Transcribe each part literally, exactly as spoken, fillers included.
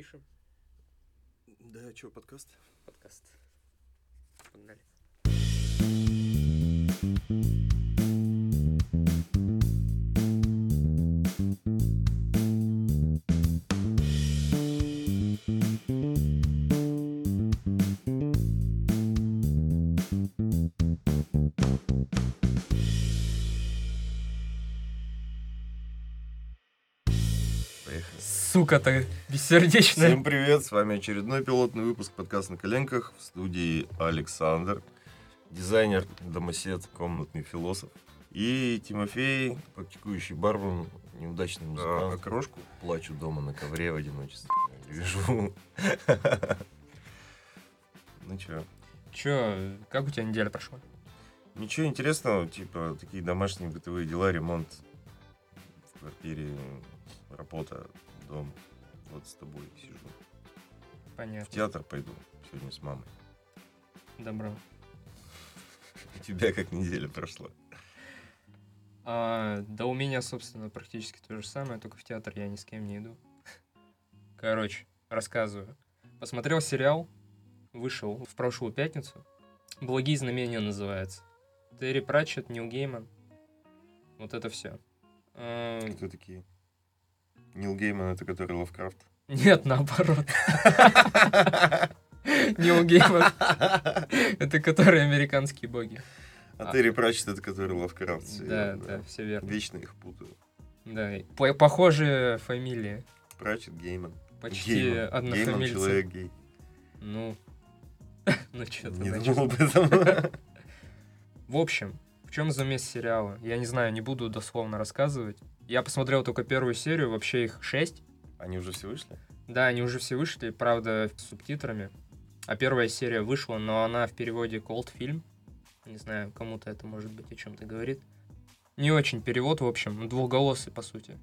Пишем. Да, что, подкаст? Подкаст. Погнали. Поехали. Сука-то бессердечная. Всем привет, с вами очередной пилотный выпуск подкаста «На коленках». В студии Александр, дизайнер, домосед, комнатный философ. И Тимофей, практикующий бармен, неудачный музыкант. А крошку плачу дома на ковре в одиночестве. Лежу. Ну чё? Чё, как у тебя неделя прошла? Ничего интересного, типа такие домашние бытовые дела, ремонт в квартире, работа, дом. Вот с тобой сижу. В Понятно. театр пойду сегодня с мамой. Добро. У тебя как неделя прошла? А, да у меня, собственно, практически то же самое, только в театр я ни с кем не иду. Короче, рассказываю. Посмотрел сериал, вышел в прошлую пятницу. «Благие знамения» называется. Терри Пратчетт, Нил Гейман. Вот это все. Кто такие? Нил Гейман — это который Лавкрафт? Нет, наоборот. Нил Гейман — это которые американские боги. А Терри Пратчетт — это который Лавкрафт. Да, да, все верно. Вечно их путаю. Да, по- похожие фамилии. Пратчетт, Гейман. Почти Гейман. однофамильцы. Гейман — человек гей. Ну, ну что ты Не начал. думал об этом. В общем, в чем замес сериала? Я не знаю, не буду дословно рассказывать. Я посмотрел только первую серию, вообще их шесть. Они уже все вышли? Да, они уже все вышли, правда, с субтитрами. А первая серия вышла, но она в переводе Cold Film. Не знаю, кому-то это, может быть, о чем-то говорит. Не очень перевод, в общем, двухголосый, по сути.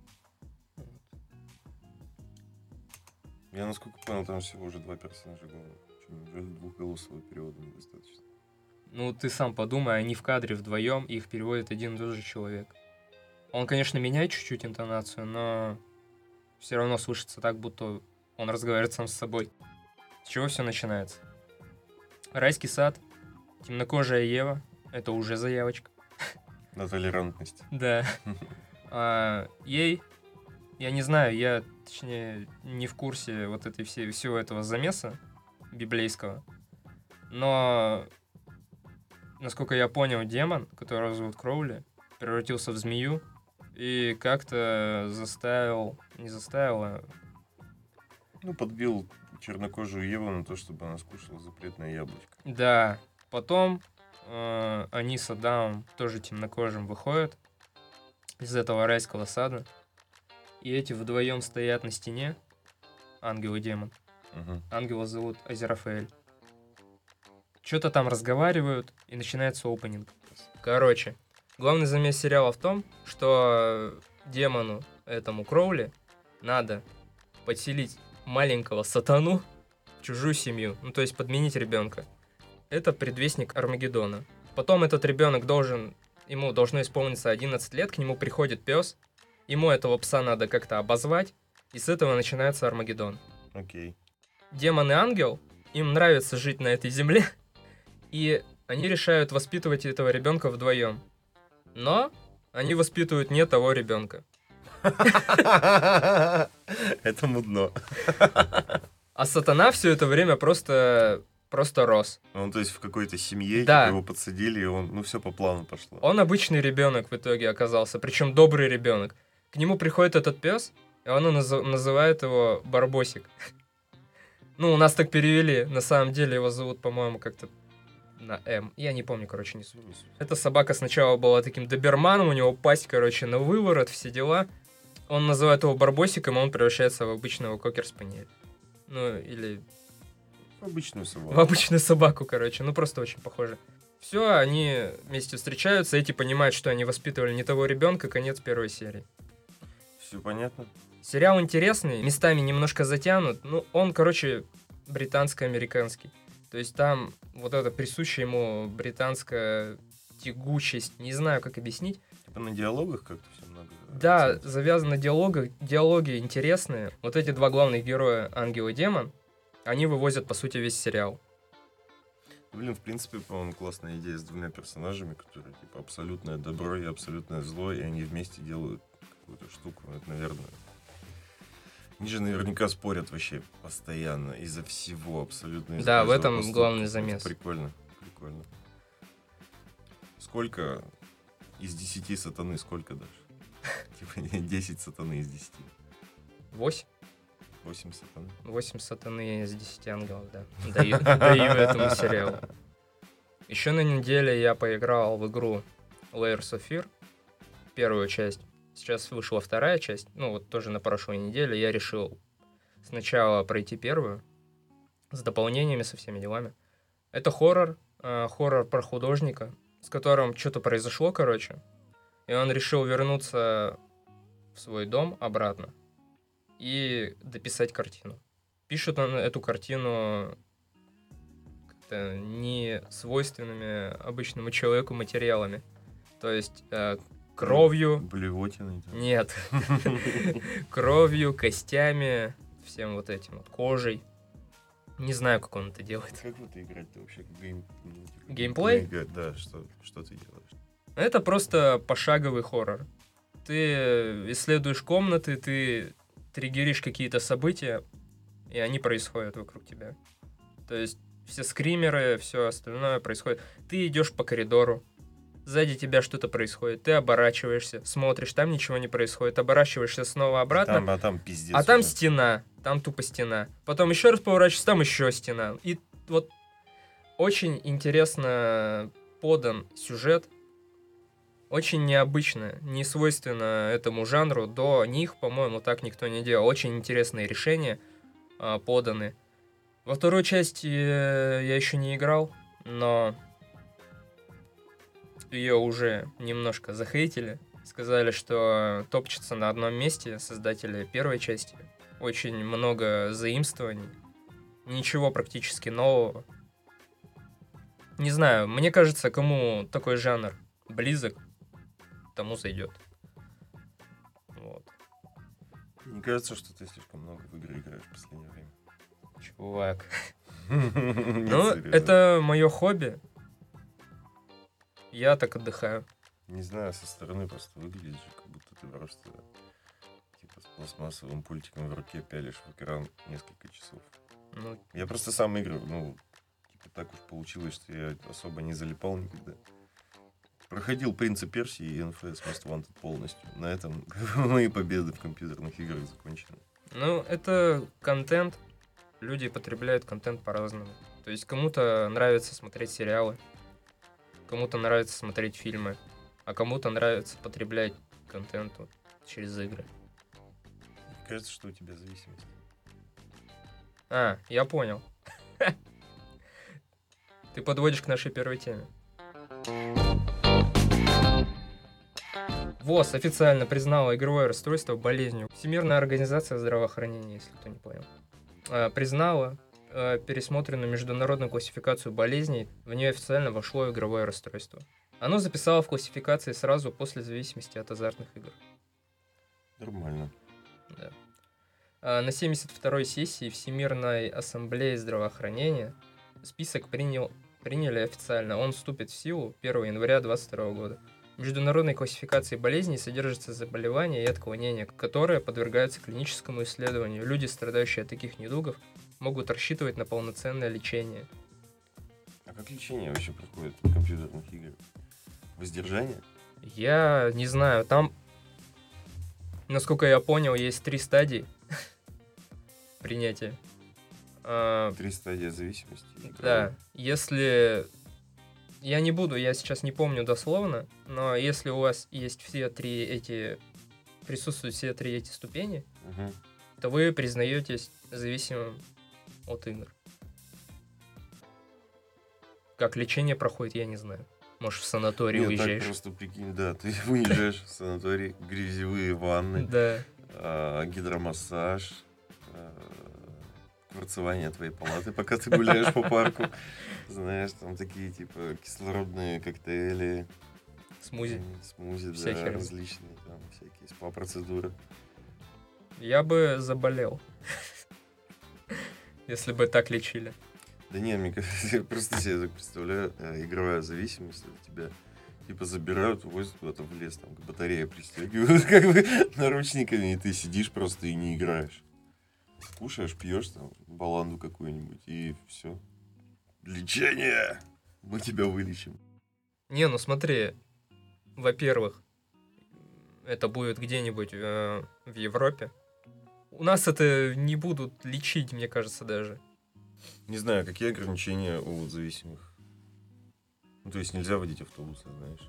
Я, насколько понял, там всего уже два персонажа главных. Уже двухголосого перевода недостаточно. Ну, ты сам подумай, они в кадре вдвоем, и их переводит один и тот же человек. Он, конечно, меняет чуть-чуть интонацию, но все равно слышится так, будто он разговаривает сам с собой. С чего все начинается? Райский сад, темнокожая Ева, это уже заявочка. На толерантность. Да. А, ей, я не знаю, я, точнее, не в курсе вот этой всей, всего этого замеса библейского, но, насколько я понял, демон, которого зовут Кроули, превратился в змею и как-то заставил, не заставил, а... Ну, подбил чернокожую Еву на то, чтобы она скушала запретное яблочко. Да, потом э, они с Адамом, тоже темнокожим, выходят из этого райского сада, и эти вдвоем стоят на стене, ангел и демон. Угу. Ангела зовут Азерафаэль. Что-то там разговаривают, и начинается опенинг. Короче, главный замес сериала в том, что демону, этому Кроули, надо подселить маленького сатану в чужую семью. Ну, то есть подменить ребенка. Это предвестник Армагеддона. Потом этот ребенок должен, ему должно исполниться одиннадцать лет, к нему приходит пес, ему этого пса надо как-то обозвать, и с этого начинается Армагеддон. Окей. Демон и ангел, им нравится жить на этой земле, и они решают воспитывать этого ребенка вдвоем. Но они воспитывают не того ребенка. Это мудно. А сатана все это время просто, просто рос. Он, то есть, в какой-то семье, Да. типа, его подсадили, и он, ну, все по плану пошло. Он обычный ребенок в итоге оказался, причем добрый ребенок. К нему приходит этот пес, и он наз- называет его Барбосик. Ну, у нас так перевели. На самом деле его зовут, по-моему, как-то на М. Я не помню, короче, не суть. Эта собака сначала была таким доберманом, у него пасть, короче, на выворот, все дела. Он называет его Барбосиком, и он превращается в обычного кокер-спаниеля. Ну, или Обычную собаку. в обычную собаку, короче. Ну, просто очень похоже. Все, они вместе встречаются, эти понимают, что они воспитывали не того ребенка, конец первой серии. Все понятно. Сериал интересный, местами немножко затянут. Ну, он, короче, британско-американский. То есть там вот это присущая ему британская тягучесть, не знаю, как объяснить. Типа на диалогах как-то все много. Да, акцентов. завязано на диалогах, диалоги интересные. Вот эти два главных героя, ангел и демон, они вывозят, по сути, весь сериал. Блин, в принципе, по-моему, классная идея с двумя персонажами, которые, типа, абсолютное добро и абсолютное зло, и они вместе делают какую-то штуку. Это, наверное... Они же наверняка спорят вообще постоянно из-за всего, абсолютно. Из-за Да, в каждого этом поступка. главный Это замес. прикольно, прикольно. Сколько из десяти сатаны, сколько дашь? Типа десять сатаны из десяти. Восемь? Восемь сатаны. Восемь сатаны из десяти ангелов, да. Даю, даю этому сериалу. Еще на неделе я поиграл в игру Layers of Fear, первую часть. Сейчас вышла вторая часть. Ну, вот тоже на прошлой неделе я решил сначала пройти первую, с дополнениями, со всеми делами. Это хоррор, э, хоррор про художника, с которым что-то произошло, короче. И он решил вернуться в свой дом обратно и дописать картину. Пишет он эту картину как-то не свойственными обычному человеку материалами. То есть э, кровью... Блевотиной. Да. Нет. Кровью, костями, всем вот этим вот, кожей. Не знаю, как он это делает. Как в это играть-то вообще? Как гейм... Геймплей? Да, что, что ты делаешь? Это просто пошаговый хоррор. Ты исследуешь комнаты, ты триггеришь какие-то события, и они происходят вокруг тебя. То есть все скримеры, все остальное происходит. Ты идешь по коридору, сзади тебя что-то происходит, ты оборачиваешься, смотришь, там ничего не происходит, оборачиваешься снова обратно, Там, а там пиздец. а там уже. стена, там тупо стена. Потом еще раз поворачиваешься, там еще стена. И вот очень интересно подан сюжет, очень необычно, не свойственно этому жанру. До них, по-моему, так никто не делал. Очень интересные решения а, поданы. Во второй части я еще не играл, но ее уже немножко захейтили. Сказали, что топчется на одном месте создатели первой части. Очень много заимствований. Ничего практически нового. Не знаю, мне кажется, кому такой жанр близок, тому зайдет. Вот. Не кажется, что ты слишком много в игры играешь в последнее время? Чувак. Нет, Ну, серьезно. это мое хобби. Я так отдыхаю. Не знаю, со стороны просто выглядишь, как будто ты просто типа с пластмассовым пультиком в руке пялишь в экран несколько часов. Ну, Я просто сам играю, ну, типа так уж получилось, что я особо не залипал никогда. Проходил «Принца Персии» и эн эф эс Most Wanted полностью. На этом мои победы в компьютерных играх закончены. ну, это контент. Люди потребляют контент по-разному. То есть кому-то нравится смотреть сериалы, кому-то нравится смотреть фильмы, а кому-то нравится потреблять контент вот через игры. Кажется, что у тебя зависимость. А, я понял. Ты подводишь к нашей первой теме. ВОЗ официально признала игровое расстройство болезнью. Всемирная организация здравоохранения, если кто не понял. А, признала а, пересмотренную международную классификацию болезней. В нее официально вошло игровое расстройство. Оно записало в классификации сразу после зависимости от азартных игр. Нормально. Да. А, на семьдесят второй сессии Всемирной ассамблеи здравоохранения список принял, приняли официально. Он вступит в силу первого января две тысячи двадцать второго года. В международной классификации болезней содержатся заболевания и отклонения, которые подвергаются клиническому исследованию. Люди, страдающие от таких недугов, могут рассчитывать на полноценное лечение. А как лечение вообще проходит в компьютерных играх? Воздержание? Я не знаю, там, насколько я понял, есть три стадии принятия. А, Три стадии зависимости. Да, если... Я не буду, я сейчас не помню дословно, но если у вас есть все три эти... Присутствуют все три эти ступени, Угу. то вы признаетесь зависимым от игр. Как лечение проходит, я не знаю. Может, в санаторий Нет, уезжаешь. так просто прикинь, да, ты выезжаешь в санаторий, грязевые ванны, Да. а, гидромассаж, а, кварцевание твоей палаты, пока ты гуляешь по парку. Знаешь, там такие, типа, кислородные коктейли, Смузи. Смузи, Вся да, херня. различные там всякие спа-процедуры. Я бы заболел. Если бы так лечили. Да не, мне кажется, я просто себе так представляю, э, игровая зависимость, вот тебя типа забирают, увозят куда-то в лес, там к батарее пристегивают, как бы наручниками, и ты сидишь просто и не играешь. Кушаешь, пьешь там баланду какую-нибудь, и все. Лечение! Мы тебя вылечим. Не, ну смотри, во-первых, это будет где-нибудь э, в Европе. У нас это не будут лечить, мне кажется, даже. Не знаю, какие ограничения у зависимых. Ну, то есть нельзя водить автобусы, знаешь.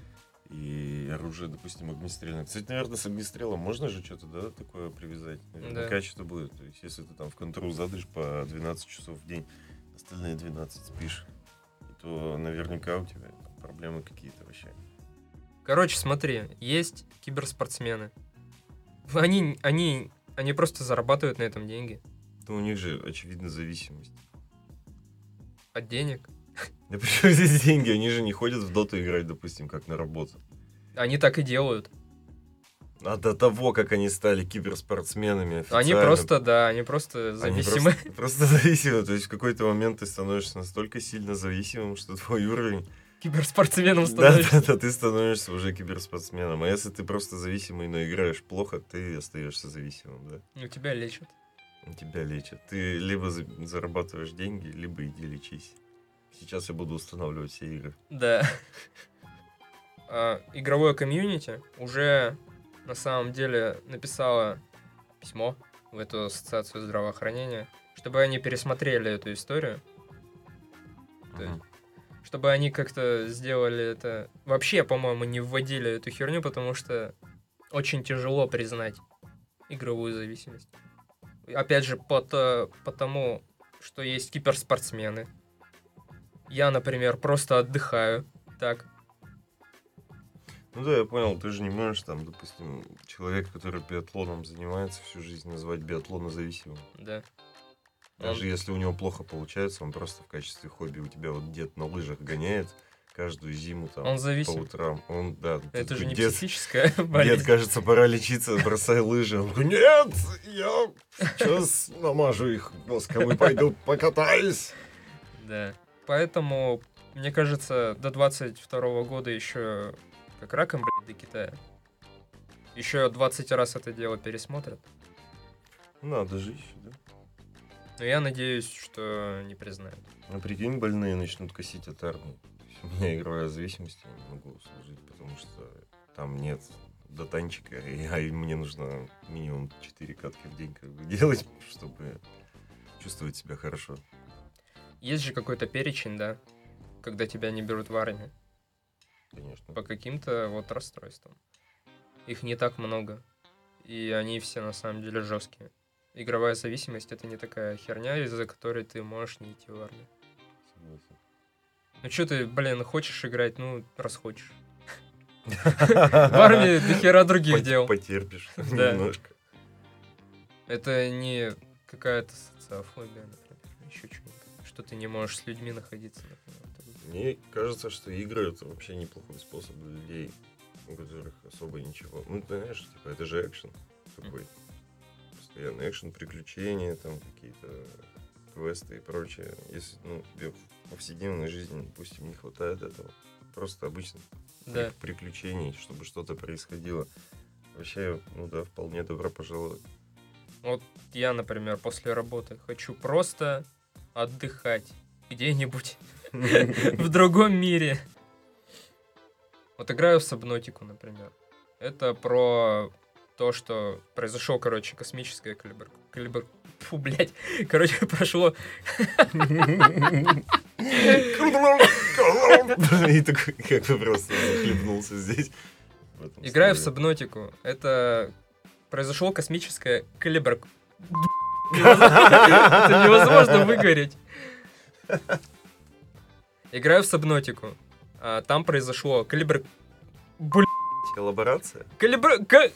И оружие, допустим, огнестрельное. Кстати, наверное, с огнестрелом можно же что-то, да, такое привязать? Наверняка Да. что-то будет. То есть, если ты там в контру задашь по двенадцать часов в день, остальные двенадцать спишь, то наверняка у тебя там проблемы какие-то вообще. Короче, смотри, есть киберспортсмены. Они, они, они просто зарабатывают на этом деньги. То у них же, очевидно, зависимость. От денег. Да причем здесь деньги? Они же не ходят в доту играть, допустим, как на работу. Они так и делают. А до того, как они стали киберспортсменами официально... Они просто, да, они просто Они зависимы. Просто, просто зависимы. То есть в какой-то момент ты становишься настолько сильно зависимым, что твой уровень... Киберспортсменом Да, становишься. да, да, ты становишься уже киберспортсменом. А если ты просто зависимый, но играешь плохо, ты остаешься зависимым, да? У тебя лечат. Тебя лечат. Ты либо за- зарабатываешь деньги, либо иди лечись. Сейчас я буду устанавливать все игры. Да. А, игровое комьюнити уже на самом деле написало письмо в эту ассоциацию здравоохранения, чтобы они пересмотрели эту историю, То есть, Мгм. чтобы они как-то сделали это... Вообще, по-моему, не вводили эту херню, потому что очень тяжело признать игровую зависимость. Опять же, пото- потому, что есть киберспортсмены. Я, например, просто отдыхаю. Так. Ну да, я понял, ты же не можешь там, допустим, человек, который биатлоном занимается всю жизнь, назвать биатлонозависимым. Да. Даже Он- если у него плохо получается, он просто в качестве хобби, у тебя вот дед на лыжах гоняет каждую зиму там Он по зависим. утрам. Он, да, Это такой же не дед, психическая дед, болезнь. кажется, пора лечиться, бросай лыжи. Он говорит, нет, я сейчас намажу их воском и пойду покатаюсь. Да. Поэтому, мне кажется, до двадцать второго года еще как раком, блядь, до Китая. Еще двадцать раз это дело пересмотрят. Надо же еще, да? Но я надеюсь, что не признают. Ну, прикинь, больные начнут косить от армии. У меня игровая зависимость, я не могу служить, потому что там нет датанчика, и, а и мне нужно минимум четыре катки в день как бы делать, чтобы чувствовать себя хорошо. Есть же какой-то перечень, да, когда тебя не берут в армию Конечно. по каким-то вот расстройствам. Их не так много, и они все на самом деле жесткие. Игровая зависимость — это не такая херня, из-за которой ты можешь не идти в армию. Согласен. Ну что ты, блин, хочешь играть, ну, раз хочешь. В армии до хера других Пот- дел. Потерпишь Да. немножко. Это не какая-то социофобия, например, еще что-нибудь. Что ты не можешь с людьми находиться, например. Мне кажется, что игры — это вообще неплохой способ для людей, у которых особо ничего. Ну, ты знаешь, типа, это же экшен такой. Постоянный экшен, приключения, там какие-то квесты и прочее. Если, ну, тебе в повседневной жизни, допустим, не хватает этого, просто обычно Да. приключений, чтобы что-то происходило. Вообще, ну да, вполне добро пожаловать. Вот я, например, после работы хочу просто отдыхать где-нибудь в другом мире. Вот играю в Сабнотику, например. Это про то, что произошло, короче, космическое калибр... калибр... Фу, блядь. Короче, прошло... И такой, как бы просто захлебнулся здесь. в этом Играю в слове. Сабнотику. Это произошло космическое калибр... Это невозможно выгореть. Играю в Сабнотику. А там произошло калибр... Блядь. Коллаборация? Калибр... ка-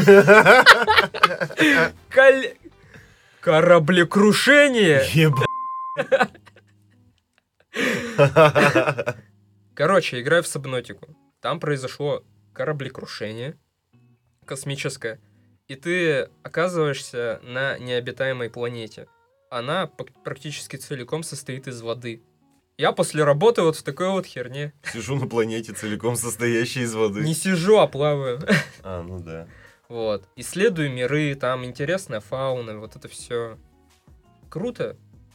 Каль... Кораблекрушение! Еба. Короче, играю в Сабнотику. там произошло кораблекрушение космическое, и ты оказываешься на необитаемой планете. Она практически целиком состоит из воды. Я после работы вот в такой вот херне. Сижу на планете, целиком состоящей из воды. Не сижу, а плаваю. А, ну да. Вот. Исследую миры, там интересная фауна, вот это все. Круто.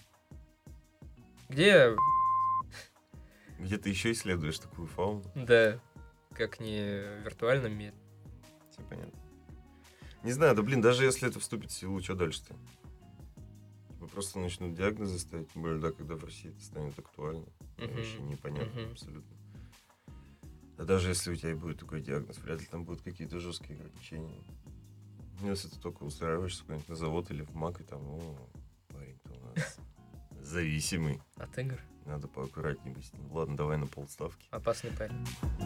Где... Где ты еще исследуешь такую фауну? Да. Как не в виртуальном мире. Все понятно. Не знаю, да блин, даже если это вступит в силу, что дальше-то? Типа просто начнут диагнозы ставить, тем более, да, когда в России это станет актуально. Мгм. Вообще непонятно Мгм. абсолютно. А даже если у тебя и будет такой диагноз, вряд ли там будут какие-то жесткие ограничения. Ну, если ты только устраиваешься куда-нибудь на завод или в МАК, и там, о, парень-то у нас зависимый. От игр. Надо поаккуратнее быть. Ну, ладно, давай на полставки. Опасный парень.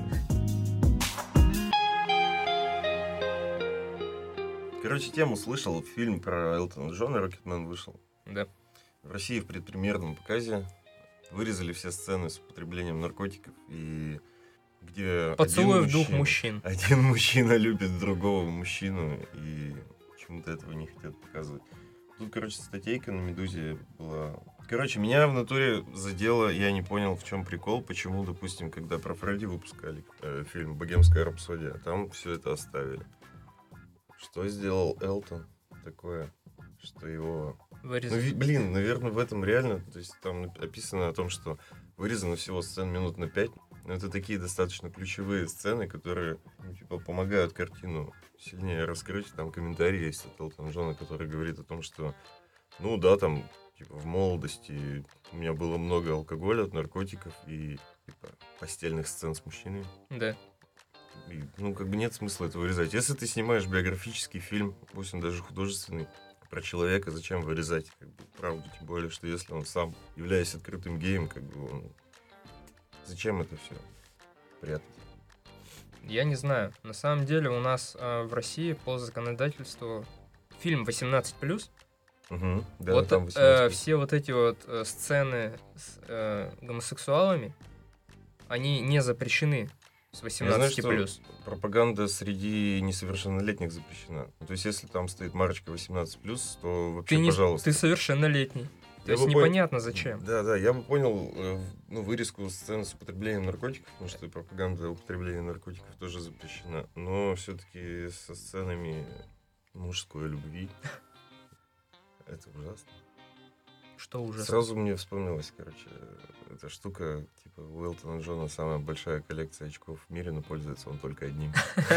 Короче, тему слышал. Фильм про Элтона Джона, Рокетмен, вышел. Да. В России в предпремьерном показе вырезали все сцены с употреблением наркотиков, и где Поцелуй один в двух мужчина- мужчин. Один мужчина любит другого мужчину, и почему-то этого не хотят показывать. Тут, короче, статейка на «Медузе» была. Короче, меня в натуре задело, я не понял, в чем прикол, почему, допустим, когда про Фредди выпускали э, фильм «Богемская рапсодия», там все это оставили. Что сделал Элтон такое, что его... Ну, Вырезали. ви- блин, наверное, в этом реально, то есть там описано о том, что вырезано всего сцен минут на пять, но это такие достаточно ключевые сцены, которые, ну, типа, помогают картину сильнее раскрыть. Там комментарий есть от Элтона Джона, который говорит о том, что, ну да, там, типа, в молодости у меня было много алкоголя, наркотиков и, типа, постельных сцен с мужчинами. Да. И, ну, как бы нет смысла это вырезать. Если ты снимаешь биографический фильм, пусть он даже художественный, про человека, зачем вырезать, как бы, правду, тем более, что если он сам, являясь открытым геем, как бы он... Зачем это все прятать? Я не знаю. На самом деле у нас э, в России по законодательству фильм восемнадцать плюс. Угу, да, Вот там э, восемнадцать. все вот эти вот э, сцены с э, гомосексуалами, они не запрещены с Я знаю, восемнадцать что плюс. пропаганда среди несовершеннолетних запрещена. Ну, то есть, если там стоит марочка восемнадцать плюс, то вообще, Ты, не, пожалуйста. ты совершеннолетний. То Я есть бы пон- непонятно зачем. Да, да, я бы понял э, в- ну, вырезку сцены с употреблением наркотиков, потому что пропаганда употребления наркотиков тоже запрещена. Но все-таки со сценами мужской любви это ужасно. Что ужасно. Сразу мне вспомнилась, короче, эта штука, типа, у Элтона Джона самая большая коллекция очков в мире, но пользуется он только одним.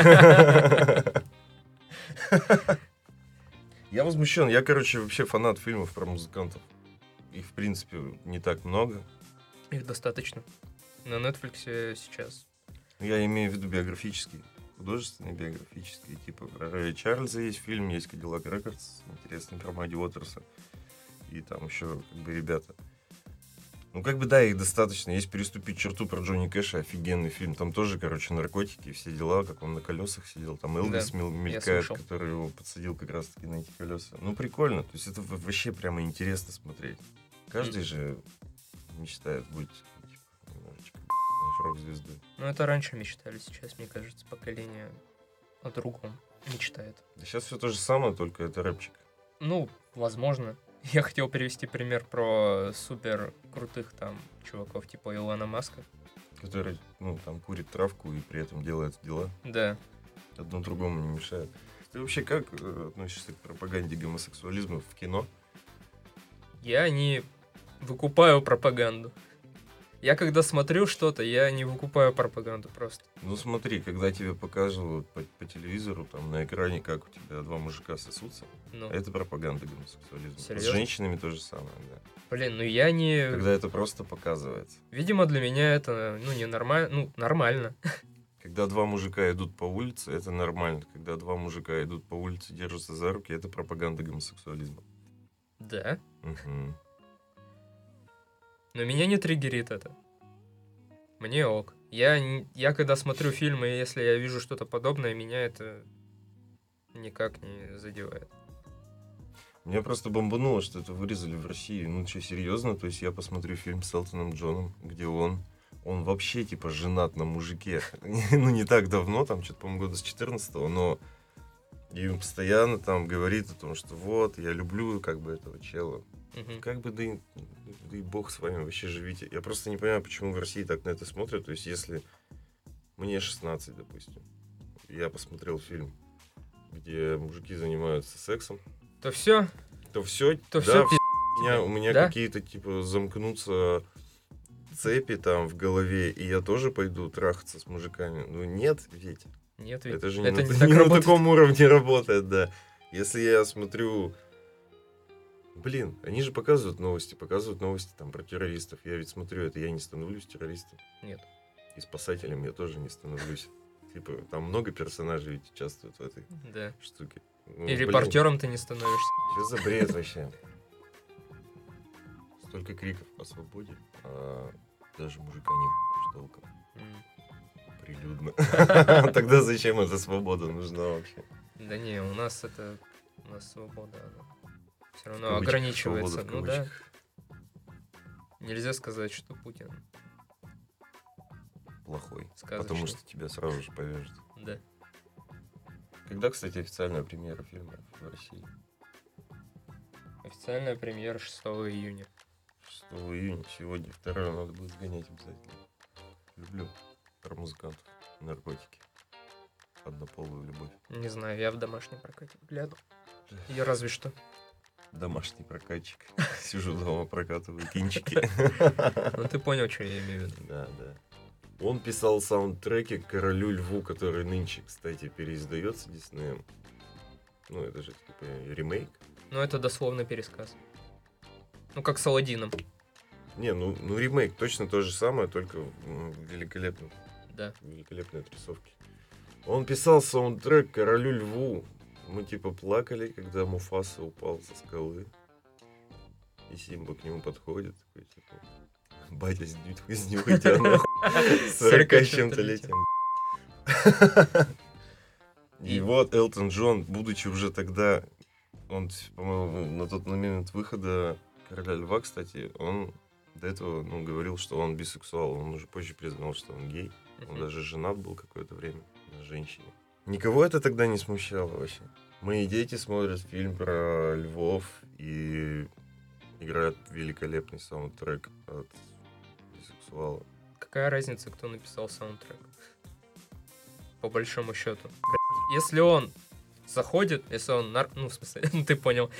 Я возмущен. Я, короче, вообще фанат фильмов про музыкантов. Их, в принципе, не так много. Их достаточно. На Netflix сейчас. Я имею в виду биографические, художественные биографические. Типа про Рэя Чарльза есть фильм, есть Cadillac Records, интересный про Мадди Уотерса. И там еще, как бы, ребята. Ну, как бы, да, их достаточно. Есть «Переступить черту» про Джонни Кэша, офигенный фильм. Там тоже, короче, наркотики, все дела, как он на колесах сидел. Там Элвис Да, мел- я мелькает, слышал. который его подсадил как раз-таки на эти колеса. Ну, прикольно. То есть это в- вообще прямо интересно смотреть. Каждый же мечтает быть, типа, немножечко, знаешь, рок-звездой. Ну, это раньше мечтали, сейчас, мне кажется, поколение о другом мечтает. Да сейчас все то же самое, только это рэпчик. Ну, возможно. Я хотел привести пример про супер крутых там чуваков типа Илона Маска. Который, ну, там, курит травку и при этом делает дела. Да. Одно другому не мешает. Ты вообще как э, относишься к пропаганде гомосексуализма в кино? Я не выкупаю пропаганду. Я когда смотрю что-то, я не выкупаю пропаганду просто. Ну смотри, когда тебе показывают по, по телевизору, там на экране, как у тебя два мужика сосутся, Ну, это пропаганда гомосексуализма. Серьезно? С женщинами то же самое, да. блин, ну я не... Когда это просто показывается. Видимо, для меня это, ну, не нормально. Ну, нормально. Когда два мужика идут по улице, это нормально. Когда два мужика идут по улице, держатся за руки, это пропаганда гомосексуализма. Да. Мгм. Но меня не триггерит это. Мне ок. Я, н- я когда смотрю фильмы, и если я вижу что-то подобное, меня это никак не задевает. Меня просто бомбануло, что это вырезали в России. Ну что, серьезно? То есть я посмотрю фильм с Элтоном Джоном, где он он вообще, типа, женат на мужике. Ну, не так давно, там, что-то, по-моему, года с четырнадцатого, но и он постоянно там говорит о том, что вот, я люблю, как бы, этого чела. Мгм. Как бы, да и, да и бог с вами, вообще живите. Я просто не понимаю, почему в России так на это смотрят. То есть, если мне шестнадцать, допустим, я посмотрел фильм, где мужики занимаются сексом, То все, то все, то да, все у меня, у меня да? какие-то, типа, замкнутся цепи там в голове, и я тоже пойду трахаться с мужиками. Ну, нет, ведь. Нет, ведь Это же не, это на, не так не на работает. таком уровне работает, да. Если я смотрю... Блин, они же показывают новости, показывают новости там про террористов. Я ведь смотрю это, я не становлюсь террористом. Нет. И спасателем я тоже не становлюсь. Типа, там много персонажей ведь участвуют в этой Да. штуке. Ну, И блин, репортером ты не становишься. что за бред вообще? Столько криков по свободе, а даже мужика не ебешь толком. М. Прилюдно. Тогда зачем эта свобода нужна вообще? Да не, у нас это... У нас свобода, она все равно В кавычках, ограничивается. свобода в Ну да. кавычках. Нельзя сказать, что Путин Плохой. сказочный. Потому что тебя сразу же повяжут. Да. Когда, кстати, официальная премьера фильма в России? Официальная премьера шестого июня. шестого июня, сегодня. Второе надо будет сгонять обязательно. Люблю про музыкантов, наркотики, однополую любовь. Не знаю, я в домашнем прокате гляну. Я разве что. Домашний прокатчик. Сижу дома, прокатываю кинчики. Ну ты понял, что я имею в виду. Да, да. Он писал саундтреки к «Королю Льву», который нынче, кстати, переиздается Диснеем. Ну, это же типа ремейк. Ну это дословно пересказ. Ну как с Аладдином. Не, ну, ну ремейк точно то же самое, только в великолепном, Да. в великолепной отрисовке. Он писал саундтрек к «Королю Льву». Мы типа плакали, когда Муфаса упал со скалы. И Симба к нему подходит. Такой, типа, батя, снюхай тебя нахуй. Сорока с чем-то летием. И вот Элтон Джон, будучи уже тогда, он, по-моему, на тот момент выхода «Короля Льва», кстати, он до этого, ну, говорил, что он бисексуал. Он уже позже признал, что он гей. Он даже женат был какое-то время на женщине. Никого это тогда не смущало вообще. Мои дети смотрят фильм про львов и играют великолепный саундтрек от бисексуала. Какая разница, кто написал саундтрек? По большому счету. Если он заходит, если он... Нар... Ну, в смысле, ты понял.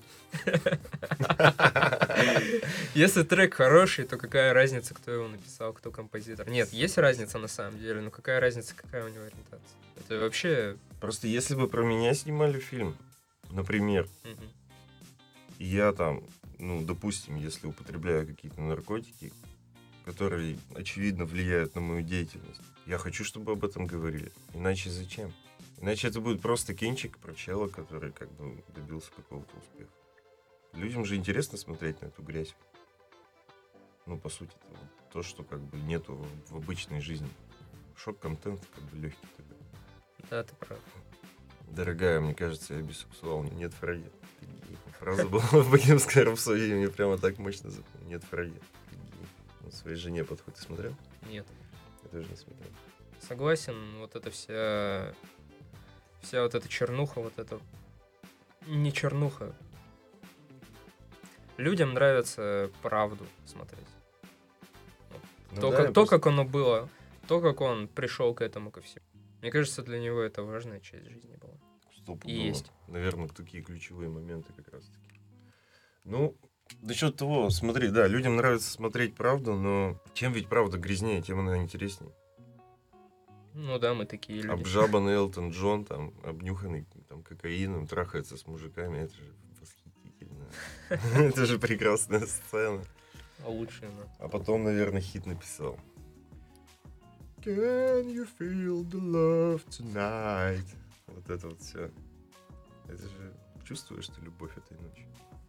Если трек хороший, то какая разница, кто его написал, кто композитор? Нет, есть разница на самом деле, но какая разница, какая у него ориентация? Это вообще... Просто если бы про меня снимали фильм, например, Мгм. и я там, ну, допустим, если употребляю какие-то наркотики, которые, очевидно, влияют на мою деятельность, я хочу, чтобы об этом говорили. Иначе зачем? Иначе это будет просто кинчик про чела, который как бы добился какого-то успеха. Людям же интересно смотреть на эту грязь. Ну, по сути, это то, что как бы нету в, в обычной жизни. Шок-контент как бы легкий тогда. Да, ты прав. Дорогая, мне кажется, я бисексуал. Нет, Фрейя. Фраза была в «Богемской рапсодии», мне прямо так мощно запомнил. Нет, Фрейя. Вот своей жене подходит. Ты смотрел? Нет. Я тоже не смотрел. Согласен, вот эта вся... Вся вот эта чернуха, вот это... Не чернуха. Людям нравится правду смотреть. Ну то, да, как, я то просто- как оно было, то, как он пришел к этому ко всему. Мне кажется, для него это важная часть жизни была. Стопудово. Есть. Наверное, такие ключевые моменты как раз таки. Ну, насчет того, смотри, да, людям нравится смотреть правду, но чем ведь правда грязнее, тем она интереснее. Ну да, мы такие люди. Обжабанный Элтон Джон, там, обнюханный там, кокаином, трахается с мужиками, это же восхитительно. Это же прекрасная сцена. А лучше, ну. А потом, наверное, хит написал. Can you feel the love tonight? Вот это вот все. Это же чувствуешь ты любовь этой ночью?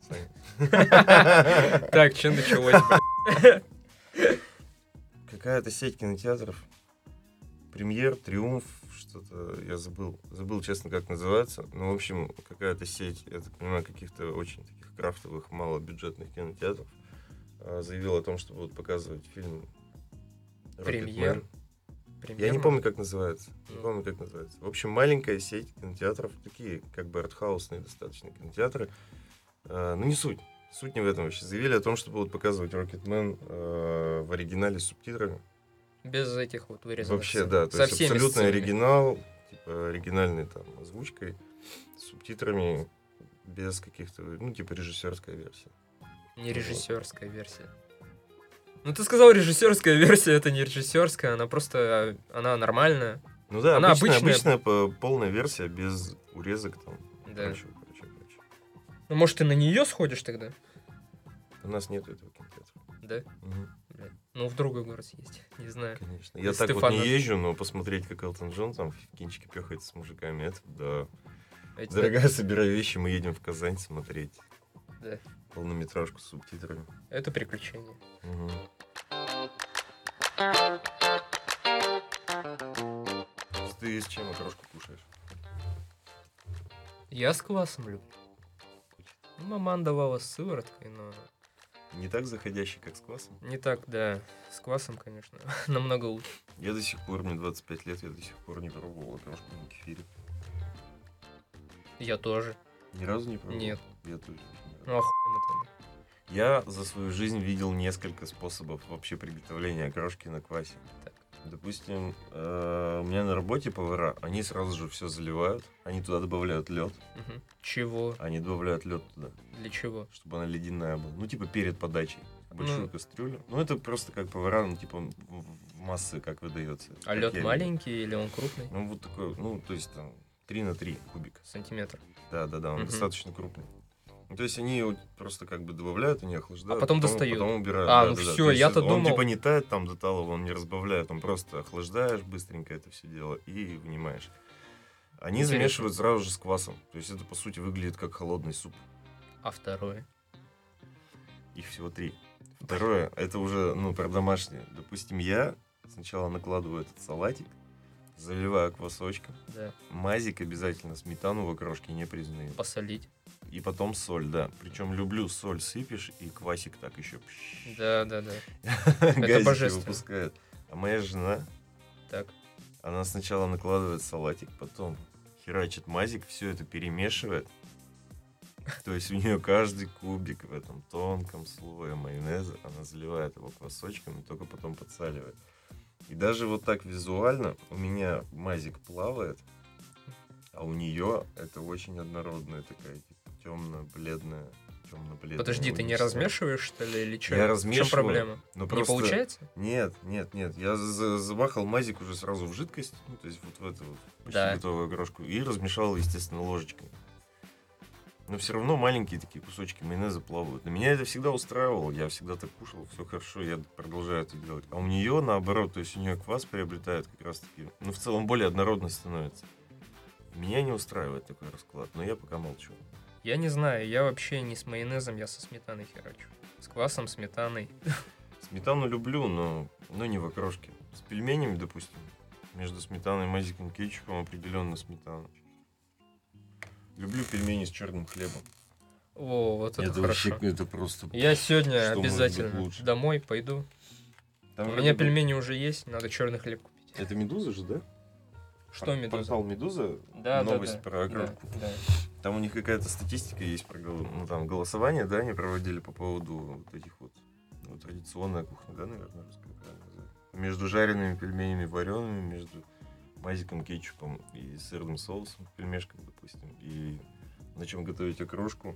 Саня. Так, что началось, блядь? Какая-то сеть кинотеатров. Премьер, Триумф, что-то я забыл. Забыл, честно, как называется. Ну, в общем, какая-то сеть, я так понимаю, каких-то очень таких крафтовых, малобюджетных кинотеатров а, заявила о том, что будут показывать фильм Премьер. Rocketman. Премьер, Я не может? помню, как называется. Не Ну. помню, как называется. В общем, маленькая сеть кинотеатров, такие как бы артхаусные достаточно кинотеатры. А, ну, не суть. Суть не в этом вообще. Заявили о том, что будут показывать Rocketman э, в оригинале с субтитрами. Без этих вот вырезанных Вообще, сцен. да. То Со есть всеми абсолютный сценами. оригинал, типа оригинальной там озвучкой, с субтитрами, без каких-то, ну, типа режиссерская версия. Не режиссерская версия. Ну, ты сказал, режиссерская версия, это не режиссерская, она просто, она нормальная. Ну да, Она обычная, обычная. обычная по- полная версия, без урезок там. Да. Короче, короче, короче. Ну, может, ты на нее сходишь тогда? У нас нет этого кинотеатра. Да? Мгм. Блядь. Ну, в другой город съездить, не знаю. Конечно. Я Если так ты вот фанат. не езжу, но посмотреть, как Элтон Джон там в кинчике пёхается с мужиками, это да. Эти- Дорогая, собирай вещи, мы едем в Казань смотреть Да. полнометражку с субтитрами. Это приключение. Мгм. Ты с чем окрошку кушаешь? Я с квасом люблю. Ну, маман давала с сывороткой, но Не так заходящий, как с квасом? не так, да. С квасом, конечно, намного лучше. Я до сих пор, мне двадцать пять лет, я до сих пор не пробовал окрошку на кефире. Я тоже. Ни разу не пробовал? Нет. Я тоже. ни разу. Ну, охуенно тогда. Я за свою жизнь видел несколько способов вообще приготовления окрошки на квасе. Так. Допустим, э, у меня на работе повара, они сразу же все заливают, они туда добавляют лед, Мгм. Чего? они добавляют лед туда, Для чего? чтобы она ледяная была. Ну, типа перед подачей. Большую Ну. кастрюлю. Ну, это просто как повара, ну, типа в в массы как выдается. А как лед я видел. маленький или он крупный? Ну, вот такой, ну, то есть там три на три кубика. Сантиметр. Да, да, да, он Мгм. достаточно крупный. Ну, то есть они его просто как бы добавляют, они охлаждают. А потом достают. Потом убирают. А, да, ну да, да. всё, То есть я-то он думал- типа не тает там до талого, он не разбавляет, он просто охлаждаешь быстренько это все дело и вынимаешь. Они Интересно. замешивают сразу же с квасом. То есть это, по сути, выглядит как холодный суп. А второе? Их всего три. Второе, это уже, ну, про домашнее. Допустим, я сначала накладываю этот салатик, заливаю квасочком, Да. мазик обязательно, сметану в окрошке не признаю. Посолить. И потом соль, да. Причем люблю, соль сыпешь, и квасик так еще Да, да, да. газики божественно. выпускает. А моя жена, Так. она сначала накладывает салатик, потом херачит мазик, все это перемешивает. То есть у нее каждый кубик в этом тонком слое майонеза, она заливает его квасочком и только потом подсаливает. И даже вот так визуально у меня мазик плавает, а у нее это очень однородная такая, типа, темно-бледная, темно-бледная. Подожди, ты не уничтожая. размешиваешь, что ли, или что? Я В чем размешиваю, проблема? но Не просто- получается? Нет, нет, нет. Я за- замахал мазик уже сразу в жидкость, ну, то есть вот в эту вот почти Да. готовую окрошку, и размешал, естественно, ложечкой. Но все равно маленькие такие кусочки майонеза плавают. На меня это всегда устраивало, я всегда так кушал, все хорошо, я продолжаю это делать. А у нее наоборот, то есть у нее квас приобретает как раз таки, ну в целом более однородно становится. Меня не устраивает такой расклад, но я пока молчу. Я не знаю, я вообще не с майонезом, я со сметаной херачу. С квасом, сметаной. Сметану люблю, но, но не в окрошке. С пельменями, допустим, между сметаной, мазиком, кетчупом определенно сметана. Люблю пельмени с черным хлебом. О, вот это, это хорошо. вообще, это просто... Я сегодня Что может быть обязательно лучше? домой пойду. Там У вроде меня бы- пельмени уже есть, надо черный хлеб купить. Это Медуза же, да? Что Пор- медуза? Портал Медуза, Да, да, новость да. про окрошку. Да, да. Там у них какая-то статистика есть про гол- ну, там, голосование, да, они проводили по поводу вот этих вот, ну, традиционная кухня, да, наверное, русская, правильно называется? Между жареными пельменями, вареными, между мазиком, кетчупом и сырным соусом, пельмешками, допустим, и на чем готовить окрошку.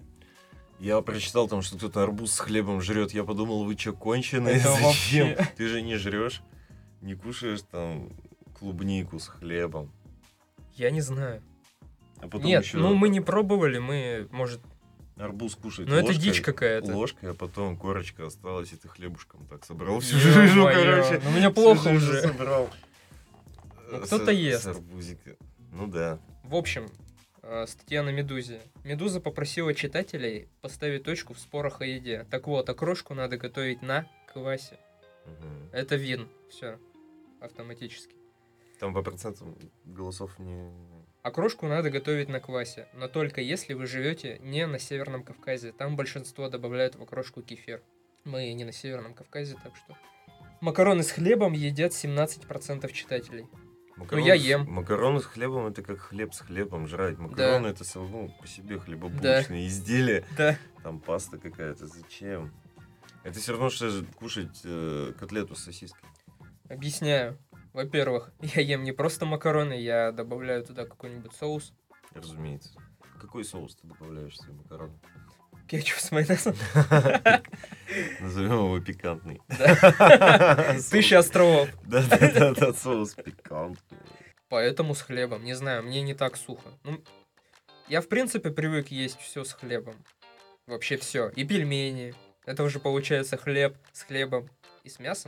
Я прочитал там, что кто-то арбуз с хлебом жрет. Я подумал, вы что, конченые? Это Зачем? вообще- Ты же не жрешь, не кушаешь там клубнику с хлебом. Я не знаю. А потом Нет, еще ну мы не пробовали, мы, может... арбуз кушать Ну это ложкой, дичь какая-то. ложкой, а потом корочка осталась, и ты хлебушком так собрал всю Ё-моё, жижу, короче. ну мне Всю плохо жижу уже. собрал. Ну, С- кто-то ест. С арбузика. Ну да. В общем, э, статья на Медузе. Медуза попросила читателей поставить точку в спорах о еде. Так вот, окрошку надо готовить на квасе. Мгм. Это вин. Все. Автоматически. Там по процентам голосов не... Окрошку надо готовить на квасе, но только если вы живете не на Северном Кавказе. Там большинство добавляют в окрошку кефир. Мы не на Северном Кавказе, так что Макароны с хлебом едят семнадцать процентов читателей. Макароны, я с- ем. Макароны с хлебом это как хлеб с хлебом жрать. Макароны это все равно по себе хлебобулочные изделия. Да. Там паста какая-то. Зачем? Это все равно, что же кушать э, котлету с сосиской. Объясняю. Во-первых, я ем не просто макароны, я добавляю туда какой-нибудь соус. Разумеется. Какой соус ты добавляешь в свои макароны? Кетчуп с майонезом. Назовем его пикантный. Тысяча островов. Да-да-да, соус пикантный. Поэтому с хлебом. Не знаю, мне не так сухо. Ну, я, в принципе, привык есть все с хлебом. Вообще все. И пельмени. Это уже получается хлеб с хлебом и с мясом.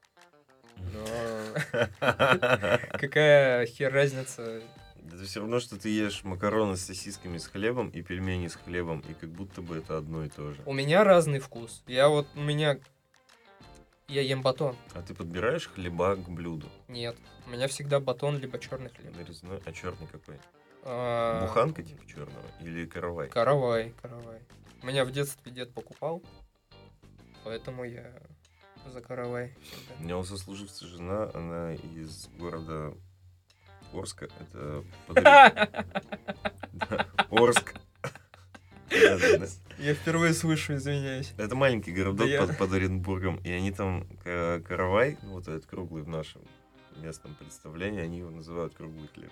Но какая хер разница? Это все равно, что ты ешь макароны с сосисками с хлебом и пельмени с хлебом, и как будто бы это одно и то же. У меня разный вкус. Я вот, у меня... Я ем батон. А ты подбираешь хлеба к блюду? Нет. У меня всегда батон, либо черный хлеб. Нарезной? А черный какой? А, Буханка типа черного или каравай? Каравай, каравай. У меня в детстве дед покупал, поэтому я за каравай всегда. У меня у сослуживца жена, она из города Орска. Это подари- Да, Орск. Да-да-да. Я впервые слышу, извиняюсь. Это маленький городок Да я- под, под Оренбургом, и они там ка- каравай, ну, вот этот круглый в нашем местном представлении, они его называют круглый хлеб.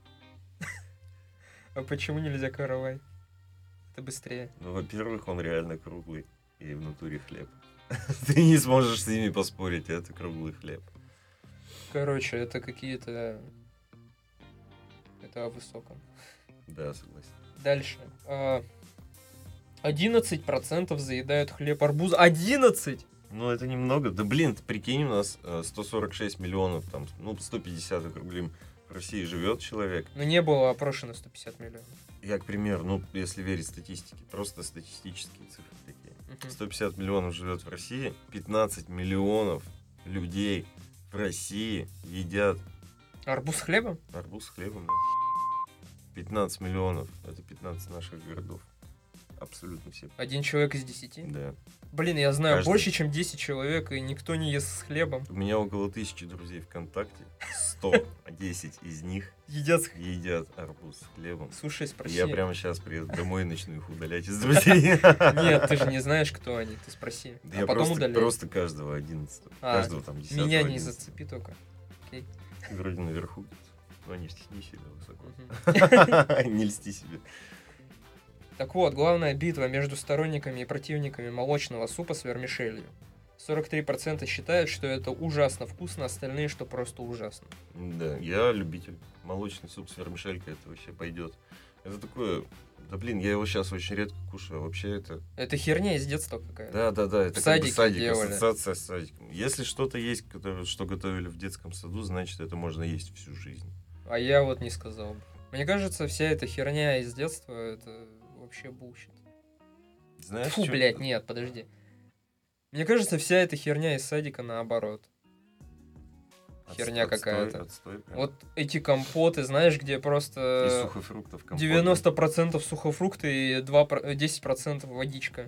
А почему нельзя каравай? Это быстрее. Ну, во-первых, он реально круглый, и в натуре хлеб. Ты не сможешь с ними поспорить, это круглый хлеб. Короче, это какие-то... Это о высоком. Да, согласен. Дальше. А, одиннадцать процентов заедают хлеб арбуз. одиннадцать! Ну, это немного. Да, блин, ты прикинь, у нас э, сто сорок шесть миллионов, там, ну, сто пятьдесят округлим, в России живет человек. Ну, не было опрошено сто пятьдесят миллионов. Я, к примеру, ну, если верить статистике, просто статистические цифры такие. Мгм. сто пятьдесят миллионов живет в России, пятнадцать миллионов людей в России едят Арбуз с хлебом? арбуз с хлебом, да. пятнадцать миллионов, это пятнадцать наших городов. Абсолютно все. Один человек из десяти? Да. Блин, я знаю Каждый. больше, чем десять человек, и никто не ест с хлебом. У меня около тысячи друзей ВКонтакте, сто десять из них Едят с хлебом. едят арбуз с хлебом. Слушай, спроси. Я прямо сейчас приеду домой и начну их удалять из друзей. Нет, ты же не знаешь, кто они, ты спроси. Да А я потом просто, удаляй. просто каждого одиннадцатого. А, каждого там десятого. Меня не одиннадцатого. зацепи только. Окей. Вроде наверху где-то. Но не не сильно высоко. Мгм. Не льсти себе. Так вот, главная битва между сторонниками и противниками молочного супа с вермишелью. сорок три процента считают, что это ужасно вкусно, остальные, что просто ужасно. Да, я любитель. Молочный суп с вермишелькой, это вообще пойдет. Это такое... Да блин, я его сейчас очень редко кушаю, а вообще это... Это херня из детства какая-то. Да, да, да, это В как бы садике садик, делали. ассоциация с садиком. Если что-то есть, которое, что готовили в детском саду, значит, это можно есть всю жизнь. А я вот не сказал бы. Мне кажется, вся эта херня из детства, это вообще булщит. Знаешь, Фу, чё- блядь, нет, подожди. Мне кажется, вся эта херня из садика наоборот. Отс- Херня отстой, какая-то. отстой прям. Вот эти компоты, знаешь, где Из просто сухофруктов компот. девяносто процентов сухофрукты и два, про- десять процентов водичка.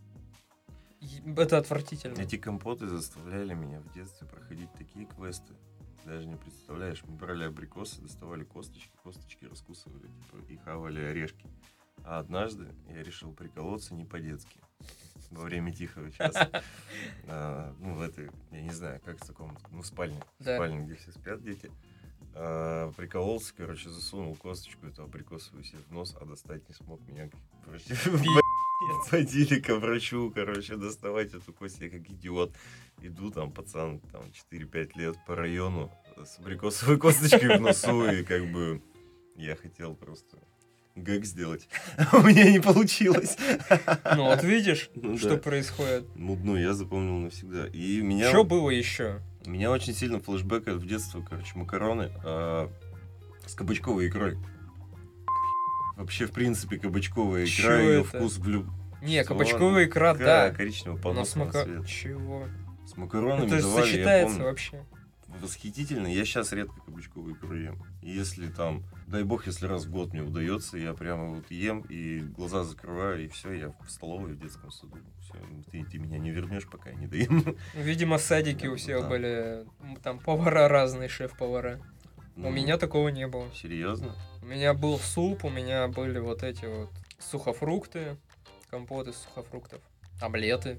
И это отвратительно. Эти компоты заставляли меня в детстве проходить такие квесты. Даже не представляешь, мы брали абрикосы, доставали косточки, косточки раскусывали типа, и хавали орешки. А однажды я решил приколоться не по-детски. Во время тихого часа. А, ну, в этой, я не знаю, как в таком, ну, в спальне. В Да. спальне, где все спят дети. А, прикололся, короче, засунул косточку эту абрикосовую себе в нос, а достать не смог. Меня короче, водили к врачу, короче, доставать эту кость. Я как идиот. Иду, там, пацан, там, четыре-пять лет по району с абрикосовой косточкой в носу, и как бы я хотел просто гэг сделать. У меня не получилось. Ну вот видишь, Ну что да. происходит. Мудно, я запомнил навсегда. И меня, Что было еще? меня очень сильно флешбэкает в детство, короче, макароны а, с кабачковой икрой. Вообще, в принципе, кабачковая Чё икра, ее это? вкус в люб... Не, Что, кабачковая икра, Такая да. коричневого Но полосного с мака... цвета. Чего? С макаронами Это же давали, я сочетается помню. вообще. Восхитительно. Я сейчас редко кабачковую икру ем. И если там дай бог, если раз в год мне удается, я прямо вот ем и глаза закрываю, и все, я в столовой в детском саду. Все, ты, ты меня не вернешь, пока я не доем. Видимо, садики у всех Да. были, м, там повара разные, шеф-повара. Ну, У меня такого не было. серьезно? У меня был суп, у меня были вот эти вот сухофрукты, компоты из сухофруктов, омлеты.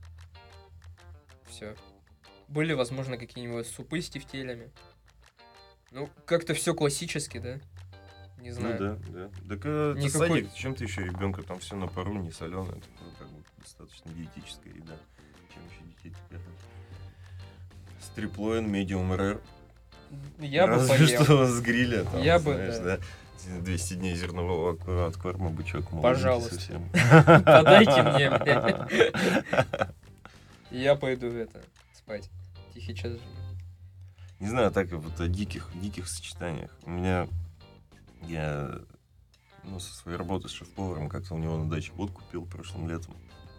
Все. Были, возможно, какие-нибудь супы с тефтелями. Ну, как-то все классически, да? Не знаю. Ну да, да. Так э, это Никакой- садик, чем ты еще ребенка, там все на пару, не соленое, такое, как бы достаточно диетическая еда. Чем еще детей теперь? Стриплоин, медиум рэр. Я бы Разве поел. что с гриля, там, Я бы, знаешь, да. да. двести дней зернового от корма, бычок молоденький Пожалуйста. совсем. Подайте мне, блядь. Я пойду это, спать. Тихий час жизни. Не знаю, так вот о диких, диких сочетаниях. У меня, я, ну, со своей работы с шеф-поваром как-то у него на даче водку пил прошлым летом.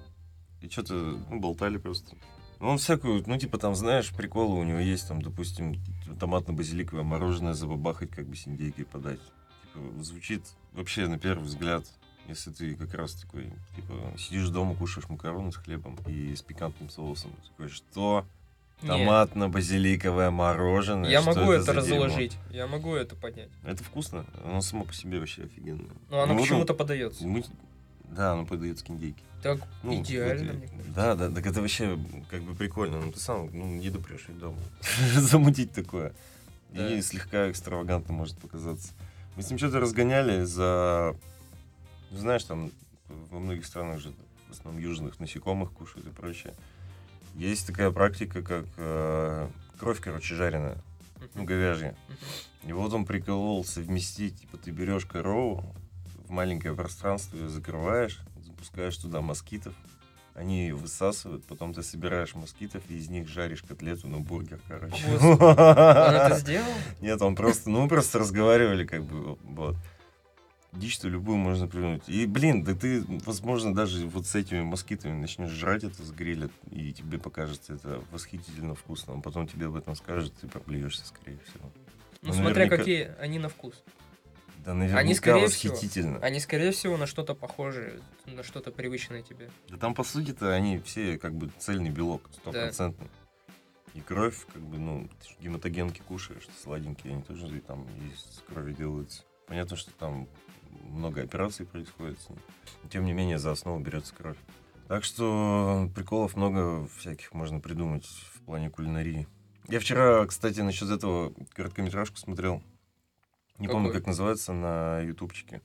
И что-то, ну, болтали просто. Ну, он всякую, ну, типа, там, знаешь, приколы у него есть, там, допустим, томатно-базиликовое мороженое забабахать, как бы с индейкой подать. Типа, звучит вообще, на первый взгляд, если ты как раз такой, типа, сидишь дома, кушаешь макароны с хлебом и с пикантным соусом. Такой, что? Не, Томатно-базиликовое мороженое? я Что могу это за дерьмо? разложить. Я могу это поднять. Это вкусно. Оно само по себе вообще офигенное. Но оно Ну, почему-то вот подается. мы- Да, оно подается к индейке. Так Ну, идеально, вот, мне кажется. Да, да, так это вообще как бы прикольно. Ну, ты сам ну, не допрешь ведь дома. Замутить такое. Да. И слегка экстравагантно может показаться. Мы с ним что-то разгоняли за... Ну, знаешь, там во многих странах же в основном южных насекомых кушают и прочее. Есть такая практика, как э, кровь, короче, жареная. Ну, говяжья. Мгм. И вот он приколол совместить, типа, ты берешь корову, в маленькое пространство ее закрываешь, запускаешь туда москитов, они ее высасывают, потом ты собираешь москитов и из них жаришь котлету, ну, бургер, короче. Господи. Он это сделал? Нет, он просто, ну, мы просто разговаривали, как бы, вот. Дичь-то любую можно придумать. И, блин, да ты, возможно, даже вот с этими москитами начнешь жрать это с гриля, и тебе покажется это восхитительно вкусно. Он потом тебе об этом скажет, ты проплюешься, скорее всего. Ну, Ну, смотря наверняка- какие они на вкус. Да, наверняка Они, скорее всего, восхитительно. Они, скорее всего, на что-то похожее, на что-то привычное тебе. Да там, по сути-то, они все как бы цельный белок, стопроцентный. И кровь, как бы, ну, ты ж гематогенки кушаешь, сладенькие, они тоже и там из крови делаются. Понятно, что там много операций происходит с ним. Но, тем не менее, за основу берется кровь. Так что приколов много всяких можно придумать в плане кулинарии. Я вчера, кстати, насчет этого короткометражку смотрел. Не помню, Какой? как называется, на ютубчике.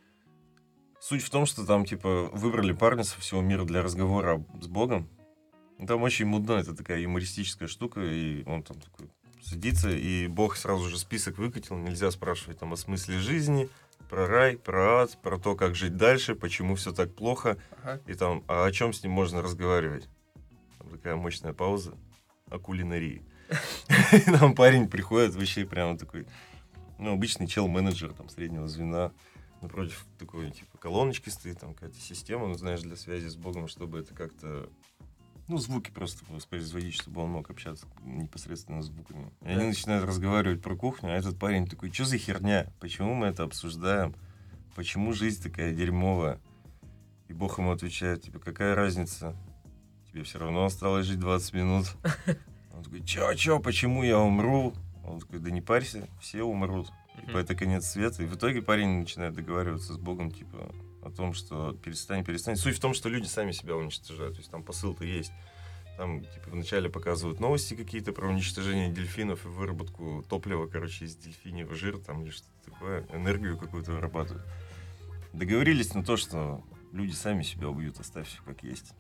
Суть в том, что там, типа, выбрали парня со всего мира для разговора с Богом. Там очень мудно, это такая юмористическая штука, и он там такой садится, и Бог сразу же список выкатил, нельзя спрашивать там о смысле жизни, про рай, про ад, про то, как жить дальше, почему все так плохо, Ага. и там, а о чем с ним можно разговаривать? Там такая мощная пауза, о кулинарии. И там парень приходит вообще прямо такой, ну, обычный чел-менеджер там среднего звена, напротив такой, типа, колоночки стоит, там какая-то система, ну, знаешь, для связи с Богом, чтобы это как-то, ну, звуки просто воспроизводить, чтобы он мог общаться непосредственно с звуками. И они Да. начинают разговаривать про кухню, а этот парень такой, что за херня? Почему мы это обсуждаем? Почему жизнь такая дерьмовая? И Бог ему отвечает, типа, какая разница? Тебе все равно осталось жить двадцать минут. Он такой, чё, чё, почему я умру? Он такой, да не парься, все умрут. Типа, это конец света. И в итоге парень начинает договариваться с Богом, типа, о том, что перестань, перестань. Суть в том, что люди сами себя уничтожают. То есть там посыл-то есть. Там, типа, вначале показывают новости какие-то про уничтожение дельфинов и выработку топлива, короче, из дельфиньего жира, там, или что-то такое, энергию какую-то вырабатывают. Договорились на то, что люди сами себя убьют, оставь все как есть.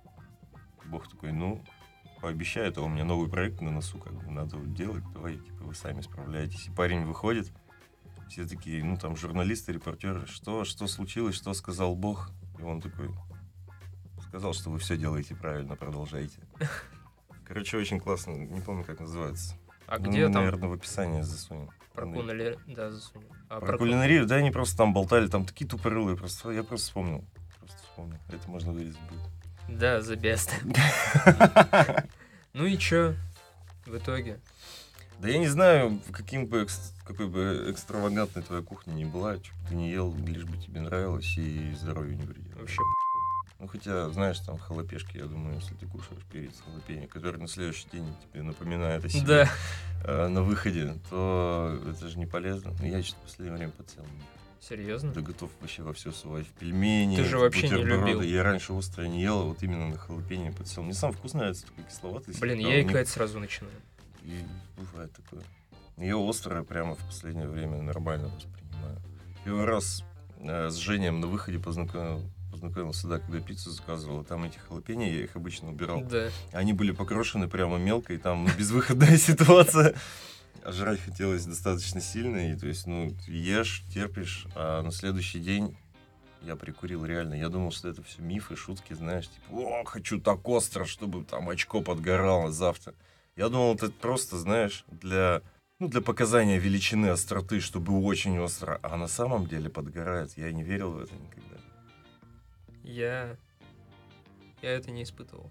Бог такой, ну, пообещаю, это у меня новый проект на носу, как бы, надо вот делать, давай, типа, вы сами справляетесь. И парень выходит, все такие, ну, там, журналисты, репортеры, что, что случилось, что сказал Бог? И он такой, сказал, что вы все делаете правильно, продолжайте. Короче, очень классно, не помню, как называется. А Ну, где мы, там наверное, в описании засунем. про кулинарию? Да, засунем. А Про про ку- кулинарию, да, они просто там болтали, там такие тупорылые, просто, я просто вспомнил. Просто вспомнил. Это можно вырезать будет. Да, the best. Ну и чё в итоге? Да я не знаю, каким бы, экс- какой бы экстравагантной твоя кухня ни была, что бы ты не ел, лишь бы тебе нравилось и здоровью не вредило. Вообще, Ну, хотя, знаешь, там халапешки, я думаю, если ты кушаешь перец халапеньо, который на следующий день тебе напоминает о себе да. э, на выходе, то это же не полезно. Но я что-то в последнее время подсел. Серьезно? Да готов вообще во все сувать. В пельмени, Ты же в вообще не бутерброды. любил. Я раньше острое не ел, а вот именно на халапеньо подсел. Мне сам вкус нравится, такой кисловатый. Блин, слегка. я У них- икать сразу начинаю. И бывает такое. Я острое прямо в последнее время нормально воспринимаю. Первый раз э, с Женем на выходе познакомил, познакомился, да, когда пиццу заказывал, а там эти халапеньо, я их обычно убирал. Да. Они были покрошены прямо мелко, и там ну, безвыходная ситуация. А жрать хотелось достаточно сильно, и то есть, ну, ешь, терпишь, а на следующий день я прикурил реально. Я думал, что это все мифы, шутки, знаешь, типа, о, хочу так остро, чтобы там очко подгорало завтра. Я думал, это просто, знаешь, для, ну, для показания величины остроты, чтобы очень остро. А на самом деле подгорает. Я не верил в это никогда. Я... Я это не испытывал.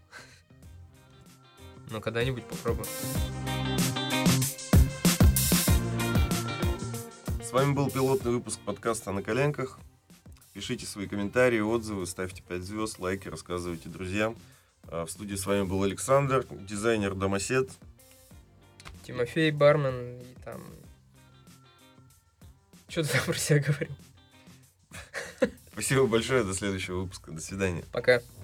Но когда-нибудь попробую. С вами был пилотный выпуск подкаста «На коленках». Пишите свои комментарии, отзывы, ставьте пять звезд, лайки, рассказывайте друзьям. В студии с вами был Александр, дизайнер-домосед. Тимофей, бармен и там... Что ты там про себя говорил? Спасибо большое, до следующего выпуска, до свидания. Пока.